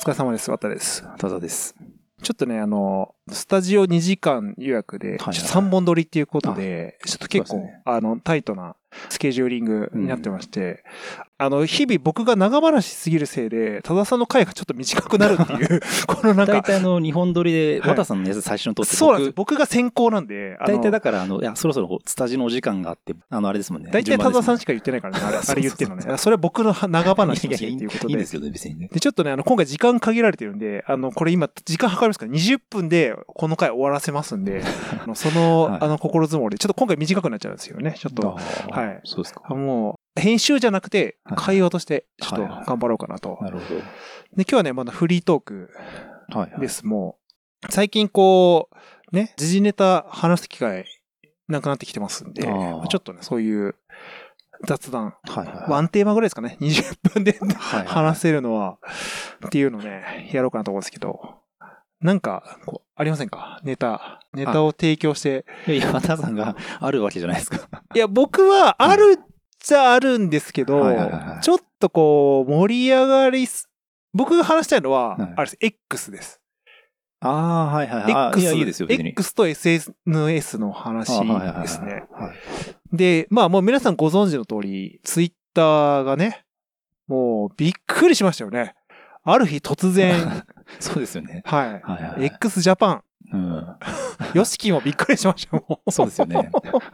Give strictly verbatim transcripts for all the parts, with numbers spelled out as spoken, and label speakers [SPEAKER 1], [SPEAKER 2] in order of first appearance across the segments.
[SPEAKER 1] 疲れ様です。わたです。
[SPEAKER 2] ただです。
[SPEAKER 1] ちょっとね、あの、スタジオにじかん予約で、さんぼん撮りっていうことで、ちょっと結構、ね、あの、タイトなスケジューリングになってまして、うん、あの、日々僕が長話しすぎるせいで、多田さんの回がちょっと短くなるっていう、このなんか。
[SPEAKER 2] 大体あの、にほん撮りで、わたさんのやつ最初に撮って、
[SPEAKER 1] そうなんです。僕が先行なんで。
[SPEAKER 2] 大体だから、あの、いや、そろそろスタジオのお時間があって、あの、あれですもんね。
[SPEAKER 1] 大体多田さんしか言ってないからね、あれ、あれ言ってるのね。それは僕の長話のせいっていうことで。
[SPEAKER 2] いいんですよね、別にね。
[SPEAKER 1] で、ちょっとね、あの、今回時間限られてるんで、あの、これ今、時間計りますから、にじゅっぷんでこの回終わらせますんで、あのその、はい、あの、心づもりで、ちょっと今回短くなっちゃうんですよね、ちょっと。はい。
[SPEAKER 2] そうですか。
[SPEAKER 1] もう、編集じゃなくて、会話として、ちょっと頑張ろうかなと。
[SPEAKER 2] なるほど。で、
[SPEAKER 1] 今日はね、まだフリートークです。もう、最近こう、ね、時事ネタ話す機会なくなってきてますんで、ちょっとね、そういう雑談、はいはい、ワンテーマぐらいですかね、にじゅっぷんで話せるのは、っていうのをね、やろうかなと思うんですけど、なんか、こう、ありませんか？ネタ。ネタを提供して。
[SPEAKER 2] いや、岩田さんがあるわけじゃないですか。
[SPEAKER 1] いや、僕はあるっちゃあるんですけど、ちょっとこう、盛り上がりす、僕が話したいのは、はい、あれです、X です。
[SPEAKER 2] ああ、はいはいはい。
[SPEAKER 1] X、
[SPEAKER 2] いや、いいですよ、別に。
[SPEAKER 1] X と エスエヌエス の話ですね。で、まあもう皆さんご存知の通り、Twitter がね、もうびっくりしましたよね。ある日突然。
[SPEAKER 2] そうですよね。
[SPEAKER 1] はい。はいはい、X ジャパン。うん。ヨシキンもびっくりしましたもん。
[SPEAKER 2] そうですよね。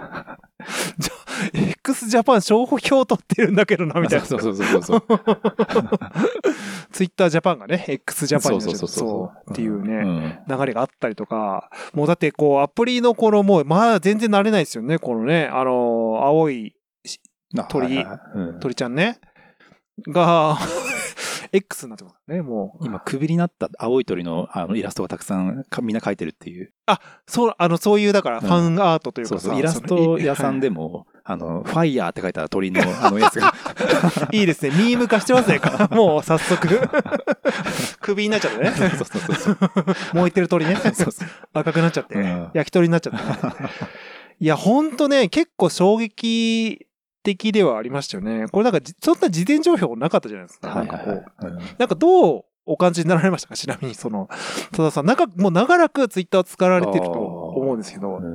[SPEAKER 1] X ジャパン商標取ってるんだけどな、みたいな。
[SPEAKER 2] そうそうそうそう。
[SPEAKER 1] ツイッタージャパンがね、X ジャパンになっちゃうそうっていうね、流れがあったりとか、もうだってこう、アプリのこのもう、まあ全然慣れないですよね、このね、あの、青い鳥、鳥ちゃんね、が、X になってますね、もう。
[SPEAKER 2] 今、首になった青い鳥のあのイラストがたくさんみんな描いてるっていう。
[SPEAKER 1] あ、そう、あの、そういう、だから、ファンアートというか、うん、
[SPEAKER 2] そうそう、イラスト屋さんでも、はい、あの、ファイヤーって書いた鳥のあのやつが。
[SPEAKER 1] いいですね、ミーム化してますね、もう早速。首になっちゃってね。
[SPEAKER 2] そうそうそう。
[SPEAKER 1] 燃えてる鳥ね。
[SPEAKER 2] そうそう。
[SPEAKER 1] 赤くなっちゃって、うん、焼き鳥になっちゃって、ね。いや、ほんとね、結構衝撃、的ではありましたよね。これなんか、そんな事前情報なかったじゃないですか。はいはいはい。なんかどうお感じになられましたか？ちなみに、その、多田さん、なんかもう長らくツイッターを使われてると思うんですけど。うん、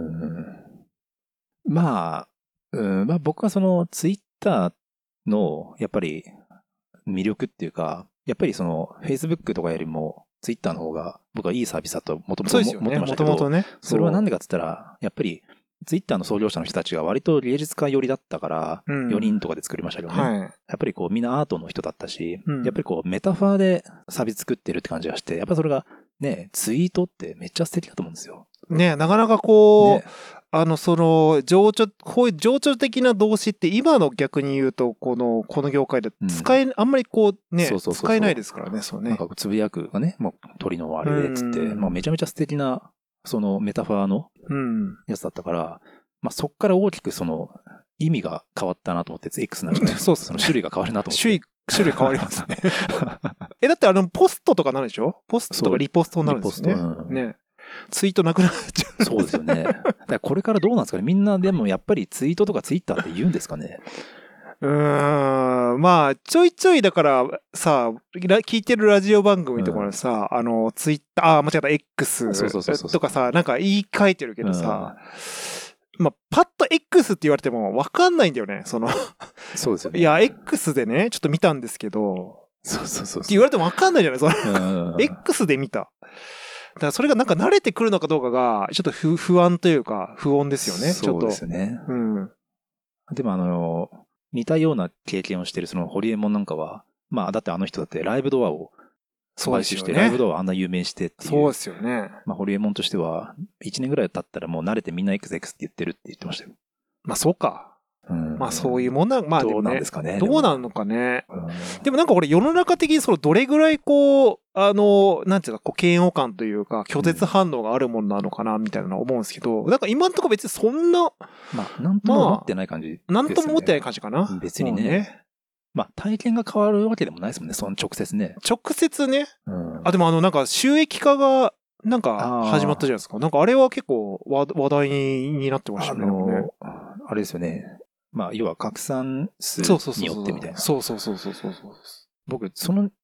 [SPEAKER 2] まあ、うん、まあ僕はそのツイッターの、やっぱり魅力っていうか、やっぱりその Facebook とかよりもツイッターの方が僕はいいサービスだともともと思ってましたけど、
[SPEAKER 1] もともとね。
[SPEAKER 2] それはなんでかって言ったら、やっぱり、ツイッターの創業者の人たちが割と芸術家寄りだったから、よにんとかで作りましたけどね。うんはい、やっぱりこうみんなアートの人だったし、うん、やっぱりこうメタファーでサービス作ってるって感じがして、やっぱそれがね、ツイートってめっちゃ素敵だと思うんですよ。
[SPEAKER 1] ね、なかなかこう、ね、あの、その、情緒、こういう情緒的な動詞って今の逆に言うと、この、この業界で使え、うん、あんまりこうね、そうそうそうそう使えないですからね、そうね。
[SPEAKER 2] なんかつぶやくがね、もう鳥のあれでつって、まあめちゃめちゃ素敵な、そのメタファーのやつだったから、うんまあそっから大きくその意味が変わったなと思って、X になると、そうその種類が変わるなと思って。
[SPEAKER 1] 種類、種類変わりますね。え、だってあの、ポストとかなるでしょ？ポストとかリポストになるんですよね。うん、ね。ツイートなくなっちゃう。
[SPEAKER 2] そうですよね。だからこれからどうなんですかね。みんなでもやっぱりツイートとかツイッターって言うんですかね。
[SPEAKER 1] うーん。まあ、ちょいちょいだからさ、聞いてるラジオ番組とかでさ、うん、あの、ツイッター、あ、間違った、X とかさ、なんか言い換えてるけどさ、うんまあ、パッと X って言われても分かんないんだよね、その。
[SPEAKER 2] そうですよね。
[SPEAKER 1] いや、X でね、ちょっと見たんですけど。
[SPEAKER 2] そうそうそう。
[SPEAKER 1] って言われても分かんないじゃない、その。X で見た。だからそれがなんか慣れてくるのかどうかが、ちょっと不不安というか、不穏ですよね、ちょっと。
[SPEAKER 2] そうですね。
[SPEAKER 1] うん。
[SPEAKER 2] でもあの、似たような経験をしてるそのホリエモンなんかは、まあ、だってあの人だってライブドアを、そうですよね。ライブドアをあんな有名してっていう。
[SPEAKER 1] そうですよね。
[SPEAKER 2] まあ、ホリエモンとしては、いちねんぐらい経ったらもう慣れてみんな エックスエックス って言ってるって言ってましたよ。
[SPEAKER 1] まあ、そうか。うん、まあ、そういうもんな、まあ、
[SPEAKER 2] どうなんですかね。
[SPEAKER 1] どうなのかね。でもなんかこれ世の中的にそのどれぐらいこう、あの、なんていうか、こう、嫌悪感というか、拒絶反応があるものなのかな、みたいなのは思うんですけど、なんか今んとこ別にそんな、
[SPEAKER 2] まあ、なんとも思ってない感じですね。
[SPEAKER 1] なんとも思ってない感じかな。
[SPEAKER 2] 別にね。まあ、体験が変わるわけでもないですもんね、その直接ね。
[SPEAKER 1] 直接ね。うん、あ、でもあの、なんか収益化が、なんか始まったじゃないですか。なんかあれは結構話題になってましたね。あのー、
[SPEAKER 2] あれですよね。まあ、要は拡散数によってみたいな。
[SPEAKER 1] そうそうそうそうそう。
[SPEAKER 2] 僕、その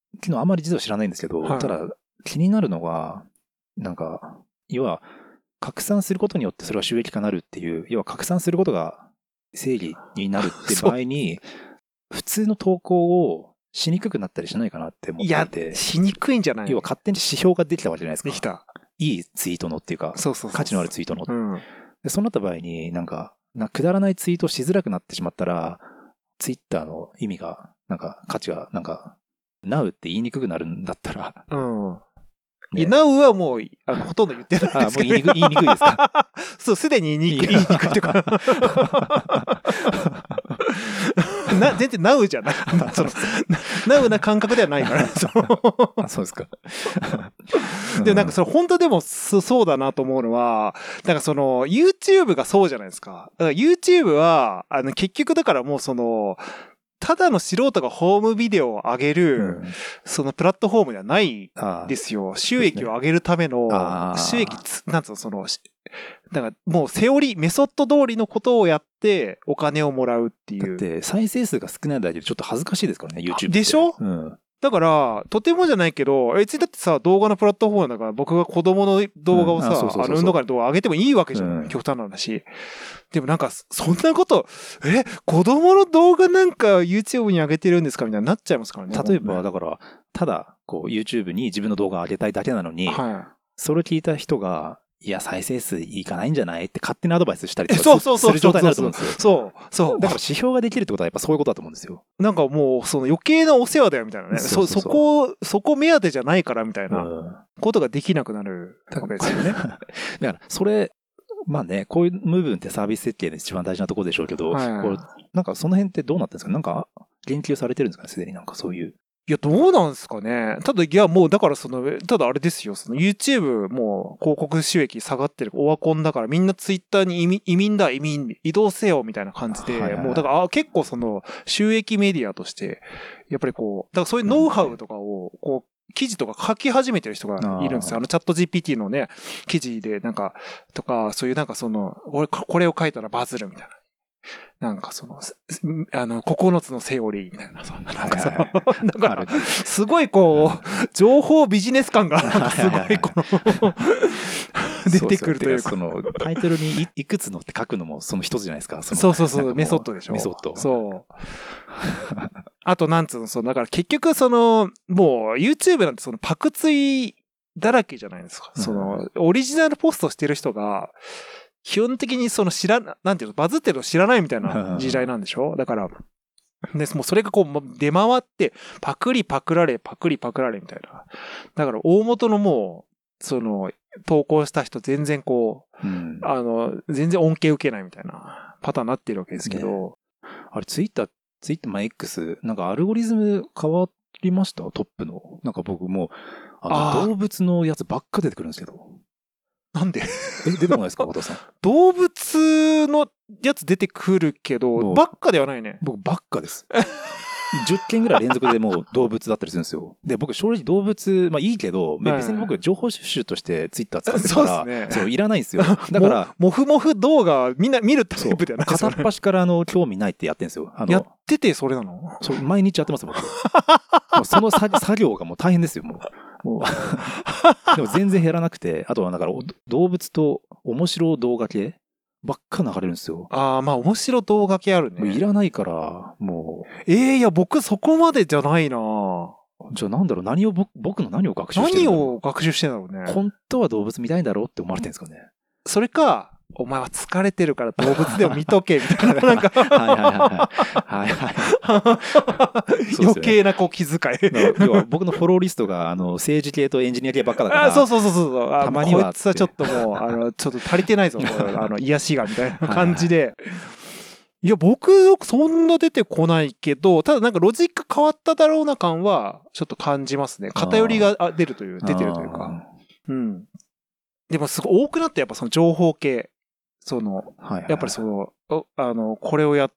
[SPEAKER 2] っていうのはあまり実は知らないんですけど、はい、ただ気になるのが、なんか、要は、拡散することによってそれは収益化になるっていう、要は拡散することが正義になるって場合に、普通の投稿をしにくくなったりしないかなって思っていて。
[SPEAKER 1] いや、しにくいんじゃない？
[SPEAKER 2] 要は勝手に指標ができたわけじゃないですか。
[SPEAKER 1] できた。
[SPEAKER 2] いいツイートのっていうか、
[SPEAKER 1] そうそうそうそう、
[SPEAKER 2] 価値のあるツイートの。
[SPEAKER 1] うん、
[SPEAKER 2] でそうなった場合に、なんか、なくだらないツイートしづらくなってしまったら、ツイッターの意味が、なんか、価値が、なんか、ナウって言いにくくなるんだったら。
[SPEAKER 1] うん。ね、いや、ナウはもう、あの、ほとんど言ってないですけど、ね。
[SPEAKER 2] あ、もう言いにくい、言いにくいですか？
[SPEAKER 1] そう、すでに言いにくい。言いにくいとか。な、全然ナウじゃない。その、ナウな感覚ではないから。
[SPEAKER 2] あ、そうですか。
[SPEAKER 1] で、なんかそれ本当でもそうだなと思うのは、なんかその YouTube がそうじゃないですか。だから YouTube は、あの結局だからもうその、ただの素人がホームビデオを上げる、うん、そのプラットフォームではないですよ。収益を上げるための、収益、なんつうの、その、だからもうセオリー、メソッド通りのことをやってお金をもらうっていう。
[SPEAKER 2] だって再生数が少ないだけでちょっと恥ずかしいですからね、YouTube って。
[SPEAKER 1] でしょ？
[SPEAKER 2] うん。
[SPEAKER 1] だから、とてもじゃないけど、別にだってさ、動画のプラットフォームだから僕が子供の動画をさ、うん、あ, あの運動会の動画上げてもいいわけじゃない、うん、極端な話。でもなんか、そんなこと、え、子供の動画なんか YouTube に上げてるんですかみたいになっちゃいますからね。
[SPEAKER 2] 例えば、だから、ただ、こう YouTube に自分の動画を上げたいだけなのに、はい、それを聞いた人が、いや、再生数いかないんじゃないって勝手にアドバイスしたりとかする状態になると思うんですよ。
[SPEAKER 1] そう、そう。
[SPEAKER 2] だから指標ができるってことはやっぱそういうことだと思うんですよ。
[SPEAKER 1] なんかもう、その余計なお世話だよみたいなね。そ、そこ、そこ目当てじゃないからみたいなことができなくなるわけですよね。だか
[SPEAKER 2] ら、それ、まあね、こういう部分ってサービス設計で一番大事なところでしょうけど、はいはい、これなんかその辺ってどうなってるんですか？なんか言及されてるんですかね、すでになんかそういう。
[SPEAKER 1] いや、どうなんですかね。ただ、いや、もう、だからその、ただあれですよ、その YouTube もう広告収益下がってる、オワコンだからみんなツイッターに移民、移民だ、移民、移動せよ、みたいな感じで、はいはいはい、もう、だから、あ、結構その、収益メディアとして、やっぱりこう、だからそういうノウハウとかを、こう、記事とか書き始めてる人がいるんですよ。あのチャット ジーピーティー のね、記事でなんか、とか、そういうなんかその、俺、これを書いたらバズるみたいな。なんかその、あの、ここのつのセオリーみたいなさ。なんかさ、だから、すごいこう、情報ビジネス感が、なんかすごいこの、出てくるというか。
[SPEAKER 2] その、タイトルにいくつのって書くのもその一つじゃないですか。そ
[SPEAKER 1] そうそうそう、メソッドでしょ。
[SPEAKER 2] メソッド。
[SPEAKER 1] そう。あと、なんつうの、その、だから結局その、もう YouTube なんてそのパクツイだらけじゃないですか。その、オリジナルポストしてる人が、基本的にその知らな、なんていうの、バズってるの知らないみたいな時代なんでしょ？だから、で、もうそれがこう出回って、パクリパクられ、パクリパクられみたいな。だから大元のもう、その、投稿した人全然こう、うん、あの、全然恩恵受けないみたいなパターンになってるわけですけど。
[SPEAKER 2] ね、あれ、ツイッター、ツイッター、まあ、X、なんかアルゴリズム変わりました？トップの。なんか僕もう、あの、動物のやつばっか出てくるんですけど。
[SPEAKER 1] なんで
[SPEAKER 2] え、出てこないですか、渡さん。
[SPEAKER 1] 動物のやつ出てくるけど、ばっかではないね。
[SPEAKER 2] 僕ばっかです。じゅっけんぐらい連続でもう動物だったりするんですよ。で、僕正直動物、まあいいけど、はい、別に僕情報収集としてツイッター使ってるから、そうですね。そう、いらないんですよ。だから、
[SPEAKER 1] もふもふ動画みんな見るタイプではない
[SPEAKER 2] ですよ。片っ端からあの、興味ないってやってるんですよ。あの
[SPEAKER 1] やっててそれなの？
[SPEAKER 2] そう、毎日やってます僕。もうその作作業がもう大変ですよ、もう。もうでも全然減らなくて、あとはだから動物と面白動画系ばっか流れるんですよ。
[SPEAKER 1] ああ、まあ面白動画系あるね。
[SPEAKER 2] もういらないから、も
[SPEAKER 1] う。ええー、いや僕そこまでじゃないな。
[SPEAKER 2] じゃあなんだろう、何を僕、僕の何を学習してるんだろう。
[SPEAKER 1] 何を学習してんだろうね。
[SPEAKER 2] 本当は動物見たいんだろうって思われてるんですかね。
[SPEAKER 1] それか、お前は疲れてるから動物でも見とけ、みたいな。なんかはいはいはい。はいはい。余計なこう気遣い。
[SPEAKER 2] 要は僕のフォローリストが、あの、政治系とエンジニア系ばっかだから。
[SPEAKER 1] あ、そうそうそうそう。たまには。こいつはちょっともう、あの、ちょっと足りてないぞ。あの、癒しが、みたいな感じで。いや、僕、そんな出てこないけど、ただなんかロジック変わっただろうな感は、ちょっと感じますね。偏りが出るという、出てるというか。うん。でもすごい多くなってやっぱその情報系。その、はいはいはい、やっぱりその、あの、これをやって、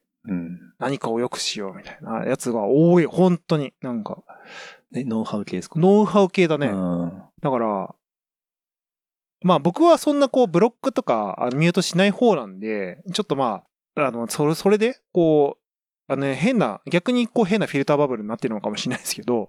[SPEAKER 1] 何かを良くしようみたいなやつが多い。本当に。なんか。
[SPEAKER 2] え、ノウハウ系ですか？
[SPEAKER 1] ノウハウ系だね。だから、まあ僕はそんなこうブロックとかあのミュートしない方なんで、ちょっとまあ、あの、それ、それで、こう、あのね、変な、逆にこう変なフィルターバブルになってるのかもしれないですけど、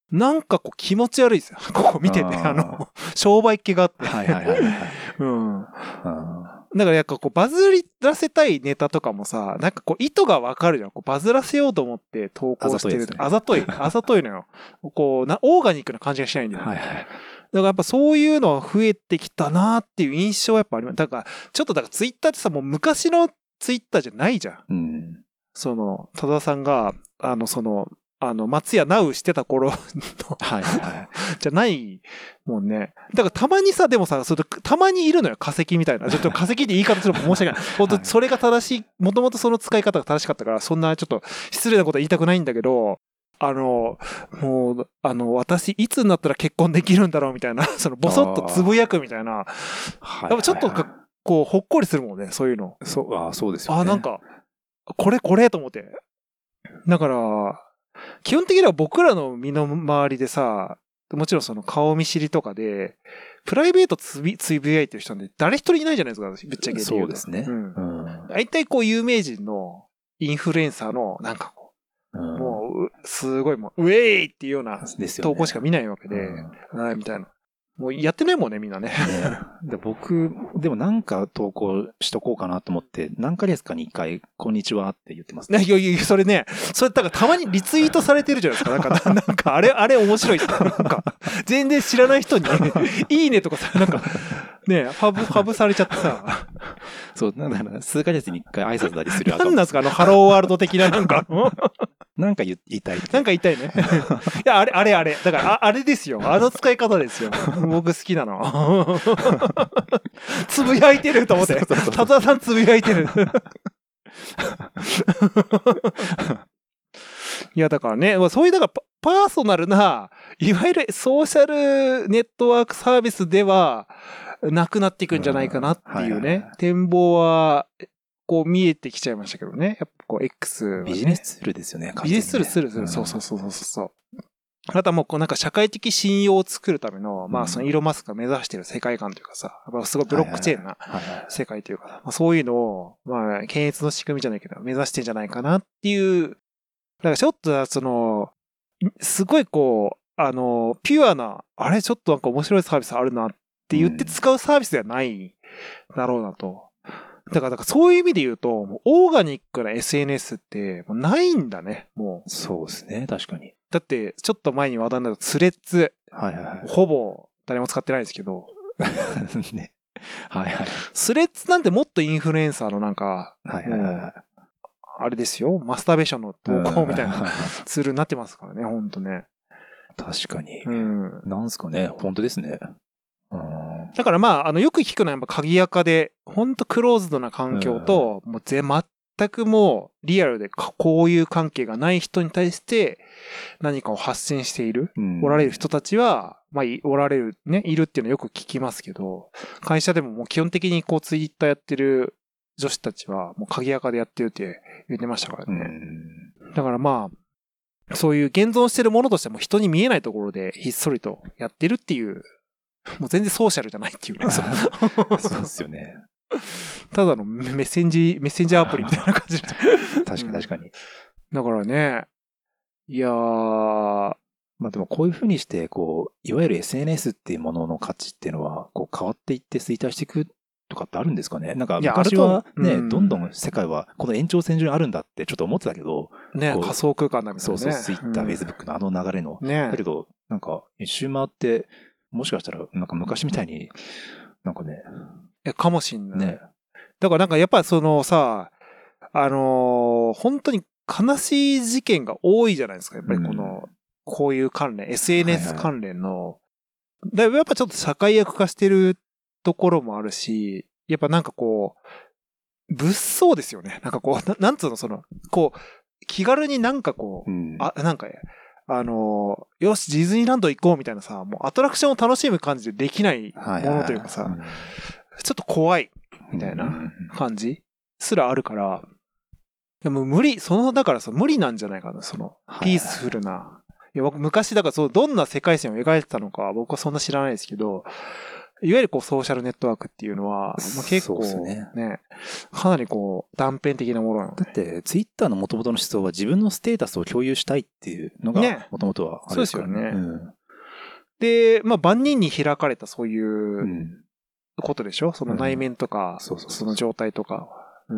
[SPEAKER 1] なんかこう気持ち悪いですよ。ここ見てて、あの、商売っ気があって。
[SPEAKER 2] はいはいはい、はい。
[SPEAKER 1] うん。だからやっぱこうバズらせたいネタとかもさ、なんかこう意図がわかるじゃん。こうバズらせようと思って投稿してる。あざとい、あざといのよ。こうな、オーガニックな感じがしないんだよね。はいはい。だからやっぱそういうのは増えてきたなっていう印象はやっぱあります。だから、ちょっとだからツイッターってさ、もう昔のツイッターじゃないじゃん。うん。その、多田さんが、あの、その、あの、松屋ナウしてた頃のはいはい、じゃないもんね。だからたまにさ、でもさ、それたまにいるのよ、化石みたいな。ちょっと化石で言い方するの申し訳ない。本当それが正しい、もともとその使い方が正しかったから、そんなちょっと失礼なことは言いたくないんだけど、あの、もう、あの、私、いつになったら結婚できるんだろうみたいな、その、ぼそっとつぶやくみたいな。やっぱちょっと、こう、ほっこりするもんね、そういうの。
[SPEAKER 2] そう、ああ、そうですよね。
[SPEAKER 1] あ、なんか、これこれと思って。だから、基本的には僕らの身の回りでさ、もちろんその顔見知りとかで、プライベートつぶ、つぶやいてる人なんで誰一人いないじゃないですか、ぶっちゃけ。
[SPEAKER 2] そうですね。うん。
[SPEAKER 1] 大体こう有名人のインフルエンサーのなんかこう、うん、もう、すごいもう、ウェイっていうような投稿しか見ないわけで、うん、みたいな。もうやってないもんね、みんなね。ね
[SPEAKER 2] で僕、でもなんか投稿しとこうかなと思って、何ヶ月かに一回、こんにちはって言ってます
[SPEAKER 1] ね。いやいや、それね、それだからたまにリツイートされてるじゃないですか。なんか、なんかあれ、あれ面白いっすなんか、全然知らない人に、いいねとかさ、なんか、ね、ハブ、ハブされちゃってさ。
[SPEAKER 2] そう、なんだろう、数ヶ月に一回挨拶だりする
[SPEAKER 1] アカウント。なんなんですかあの、ハローワールド的ななんか。
[SPEAKER 2] なんか言いたい。
[SPEAKER 1] なんか言いたいね。いや、あれ、あれ、あれ。だから、ああれですよ。あの使い方ですよ。僕好きなの。つぶやいてると思って。たださんつぶやいてる。いや、だからね、そういう、だからパ、パーソナルな、いわゆるソーシャルネットワークサービスでは、なくなっていくんじゃないかなっていうね、はいはいはい、展望は、こう見えてきちゃいましたけどね。やっぱこう X、ね。
[SPEAKER 2] ビジネスツールですよね。
[SPEAKER 1] ビジネスツール、ツール、ツール。そうそうそうそうそう。あとはもうこうなんか社会的信用を作るための、まあそのイーロンマスクが目指している世界観というかさ、すごいブロックチェーンな世界というか、まあ、そういうのを、まあ検閲の仕組みじゃないけど、目指してんじゃないかなっていう、だからちょっとその、すごいこう、あの、ピュアな、あれちょっとなんか面白いサービスあるなって言って使うサービスではないだろうなと。だから、だからそういう意味で言うと、もうオーガニックな エスエヌエス ってもうないんだね、もう。
[SPEAKER 2] そうですね、確かに。
[SPEAKER 1] だって、ちょっと前に話題になったスレッズ。
[SPEAKER 2] はいはいはい。
[SPEAKER 1] ほぼ誰も使ってないですけど。
[SPEAKER 2] ね。はいはい。
[SPEAKER 1] スレッズなんてもっとインフルエンサーのなんか、
[SPEAKER 2] はいはいはい。
[SPEAKER 1] あれですよ、マスターベーションの投稿みたいなツールになってますからね、ほんとね。
[SPEAKER 2] 確かに。うん。なんすかね、本当ですね。
[SPEAKER 1] だからまあ、あの、よく聞くのはやっぱ鍵垢で、ほんとクローズドな環境と、もうぜ、全くもうリアルで交友関係がない人に対して何かを発信している、うん、おられる人たちは、まあ、おられる、ね、いるっていうのはよく聞きますけど、会社でももう基本的にこうツイッターやってる女子たちはもう鍵垢でやってるって言ってましたからね。うん、だからまあ、そういう現存してるものとしても人に見えないところでひっそりとやってるっていう、もう全然ソーシャルじゃないっていうね。
[SPEAKER 2] そうですよね。
[SPEAKER 1] ただのメッセンジ、メッセンジャーアプリみたいな感じ。
[SPEAKER 2] 確かに確かに。
[SPEAKER 1] だからね、いやー、
[SPEAKER 2] まあでもこういうふうにして、こう、いわゆる エスエヌエス っていうものの価値っていうのは、こう変わっていって衰退していくとかってあるんですかね。なんか昔はね、うん、どんどん世界はこの延長線上にあるんだってちょっと思ってたけど。
[SPEAKER 1] ね、仮想空間だみたいなね。
[SPEAKER 2] そうそう、Twitter、うん、Facebook のあの流れの。ね。だけど、なんか一周回って、もしかしたら、なんか昔みたいに、なんかね。
[SPEAKER 1] いや、かもしんない。ね。だからなんかやっぱそのさ、あのー、本当に悲しい事件が多いじゃないですか。やっぱりこの、うん、こういう関連、エスエヌエス 関連の。はいはい、だやっぱちょっと社会悪化してるところもあるし、やっぱなんかこう、物騒ですよね。なんかこう、な, なんつうの、その、こう、気軽になんかこう、うん、あ、なんか、あのー、よし、ディズニーランド行こうみたいなさ、もうアトラクションを楽しむ感じでできないものというかさ、はいはいはい、ちょっと怖いみたいな感じすらあるから、でも無理、その、だからさ、無理なんじゃないかな、その、ピースフルな。はいはい、いや、僕昔、だからそう、どんな世界線を描いてたのか、僕はそんな知らないですけど、 いわゆるこうソーシャルネットワークっていうのは、まあ、結構ね、ね、かなりこう断片的なものなので。
[SPEAKER 2] だって、ツイッターの元々の思想は自分のステータスを共有したいっていうのが、元々はあれですからね。
[SPEAKER 1] そうですよね。うん、で、まあ万人に開かれたそういうことでしょ、うん、その内面とか、うん、その状態とか。
[SPEAKER 2] うん。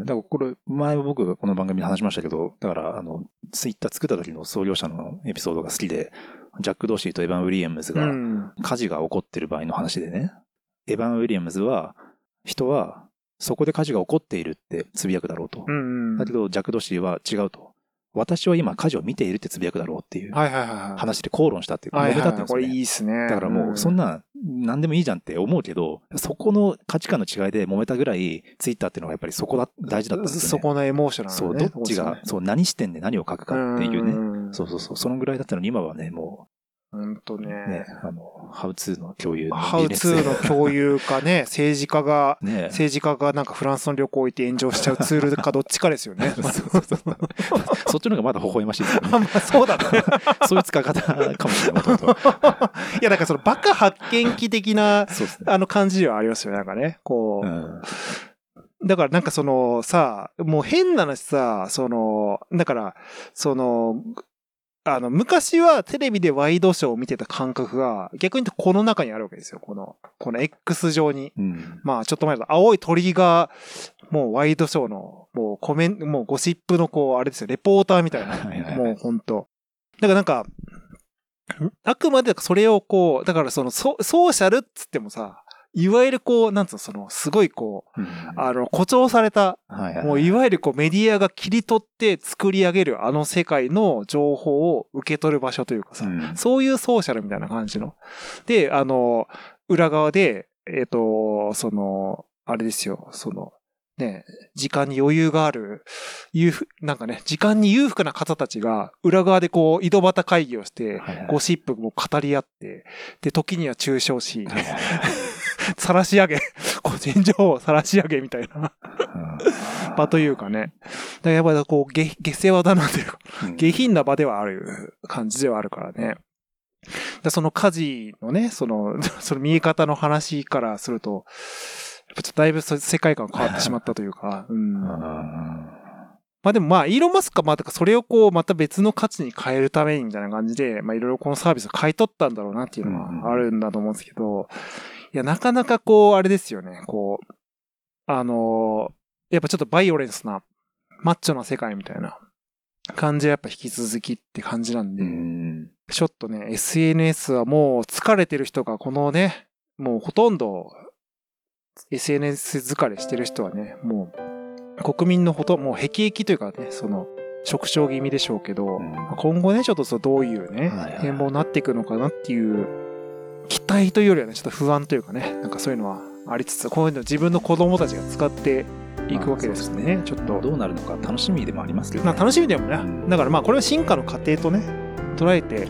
[SPEAKER 2] だからこれ、前僕がこの番組で話しましたけど、だから、あの、ツイッター作った時の創業者のエピソードが好きで、ジャック・ドーシーとエヴァン・ウィリアムズが、火事が起こってる場合の話でね、うん、エヴァン・ウィリアムズは、人は、そこで火事が起こっているってつぶやくだろうと。うんうん、だけど、ジャック・ドーシーは違うと。私は今火事を見ているってつぶやくだろうっていう話で口論したっていうか、揉めたっていうんですね。
[SPEAKER 1] これいいっすね。
[SPEAKER 2] だからもうそんな何でもいいじゃんって思うけど、そこの価値観の違いで揉めたぐらい、ツイッターっていうのがやっぱりそこだ大事だったんですよね。
[SPEAKER 1] そこのエモーショナル
[SPEAKER 2] なね。そう、どっちが、そう、何視点で何を書くかっていうね。そうそうそう、そのぐらいだったのに今はね、もう、
[SPEAKER 1] ほんとね。ね、
[SPEAKER 2] あの、ハウツーの共有の
[SPEAKER 1] ハウツーの共有かね、政治家が、ね、政治家がなんかフランスの旅行行って炎上しちゃうツールかどっちかですよね。そうそうそう
[SPEAKER 2] そっちの方がまだ微笑ましいですよね。
[SPEAKER 1] まあそうだね。
[SPEAKER 2] そういう使い方かもしれない。
[SPEAKER 1] いや、なんかそのバカ発見器的な、ね、あの感じではありますよね。なんかね、こう。うんだからなんかそのさ、もう変な話さ、その、だから、その、あの、昔はテレビでワイドショーを見てた感覚が、逆に言うとこの中にあるわけですよ。この、この X 上に。うん、まあ、ちょっと前だと、青い鳥が、もうワイドショーの、もうコメント、もうゴシップのこう、あれですよ、レポーターみたいな。はいはいはい、もうほんと。だからなんか、あくまでそれをこう、だからそのソ、ソーシャルっつってもさ、いわゆるこう、なんつうの、その、すごいこう、うん、あの、誇張された、はいはい、もういわゆるこうメディアが切り取って作り上げるあの世界の情報を受け取る場所というかさ、うん、そういうソーシャルみたいな感じの。で、あの、裏側で、えっと、その、あれですよ、その、ね、時間に余裕がある、裕福、なんかね、時間に裕福な方たちが、裏側でこう、井戸端会議をして、はいはい、ゴシップも語り合って、で、時には中傷し、はいはい晒し上げ、個人情報を晒し上げみたいな場というかね。だからやっぱりこう、下、下世話だなというか、うん、下品な場ではある感じではあるからね。だその火事のね、その、その見え方の話からすると、やっぱちょっとだいぶ世界観が変わってしまったというか、うん。まあでもまあ、イーロン・マスクはまあ、それをこう、また別の価値に変えるためにみたいな感じで、まあいろいろこのサービスを買い取ったんだろうなっていうのはあるんだと思うんですけど、いや、なかなかこう、あれですよね、こう、あのー、やっぱちょっとバイオレンスな、マッチョな世界みたいな感じはやっぱ引き続きって感じなんで、んちょっとね、エスエヌエス はもう疲れてる人がこのね、もうほとんど エスエヌエス 疲れしてる人はね、もう国民のほとんど、もう辟易というかね、その、縮小気味でしょうけど、うん、今後ね、ちょっとそうどういうね、展望になっていくのかなっていう、期待というよりはね、ちょっと不安というかね、なんかそういうのはありつつ、こういうの自分の子供たちが使っていくわけですね。ちょっと。
[SPEAKER 2] どうなるのか楽しみでもありますけどね。
[SPEAKER 1] 楽しみでもね。うん、だからまあこれは進化の過程とね、捉えて、うん、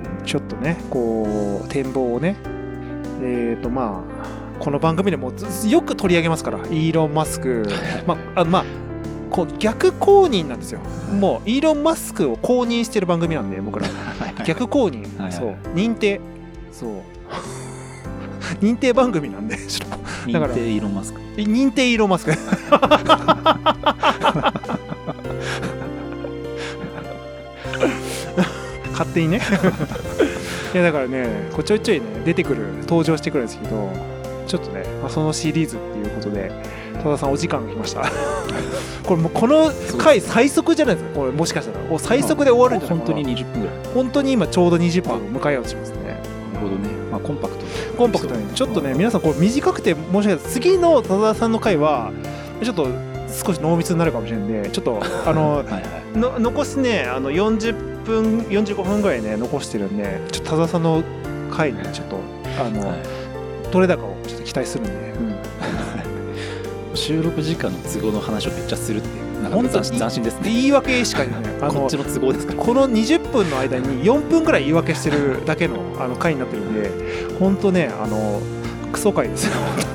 [SPEAKER 1] ちょっとね、こう、展望をね、えっとまあ、この番組でもよく取り上げますから、イーロン・マスク、まあ、あまあ、こう逆公認なんですよ。もうイーロン・マスクを公認してる番組なんで、僕ら。逆公認。はいはい、そう。認定。そう。認定番組なんで。だ
[SPEAKER 2] から認定イーロン・マスク。
[SPEAKER 1] 認定イーロン・マスク。勝手にね。いやだからね、こうちょいちょいね、出てくる、登場してくるんですけど、ちょっとね、まあ、そのシリーズっていうことで、戸田さんお時間が来ました。これもうこの回最速じゃないですか。これもしかしたら最速で終わるんじゃないかな。
[SPEAKER 2] 本当ににじゅっぷんぐらい。
[SPEAKER 1] 本当に今ちょうどにじゅっぷんを迎えようとしますね。
[SPEAKER 2] なるほどね。まあコンパクト。
[SPEAKER 1] コンパクトにちょっとね、皆さんこれ短くて申し訳ないです。次の戸田さんの回はちょっと少し濃密になるかもしれないんで、ちょっとあのはい、はい、の残しね、あのよんじゅっぷんよんじゅうごふんぐらいね残してるんで、ちょっと戸田さんの回にちょっとあの、はい、取れ高をちょっと期待するんで。うん
[SPEAKER 2] 収録時間の都合の話をめっちゃするっていうなんか斬新ですね。
[SPEAKER 1] 言い訳しかね、
[SPEAKER 2] あのこっちの都合ですから、ね、
[SPEAKER 1] このにじゅっぷんの間によんぷんぐらい言い訳してるだけのあの回になってるんで、本当ね、あのクソ回ですよ。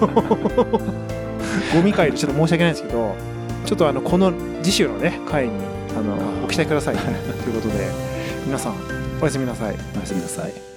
[SPEAKER 1] ゴミ回でちょっと申し訳ないんですけど、ちょっとあのこの次週のね回にあのご期待くださいということで、皆さんおやすみなさい。
[SPEAKER 2] おやすみなさい。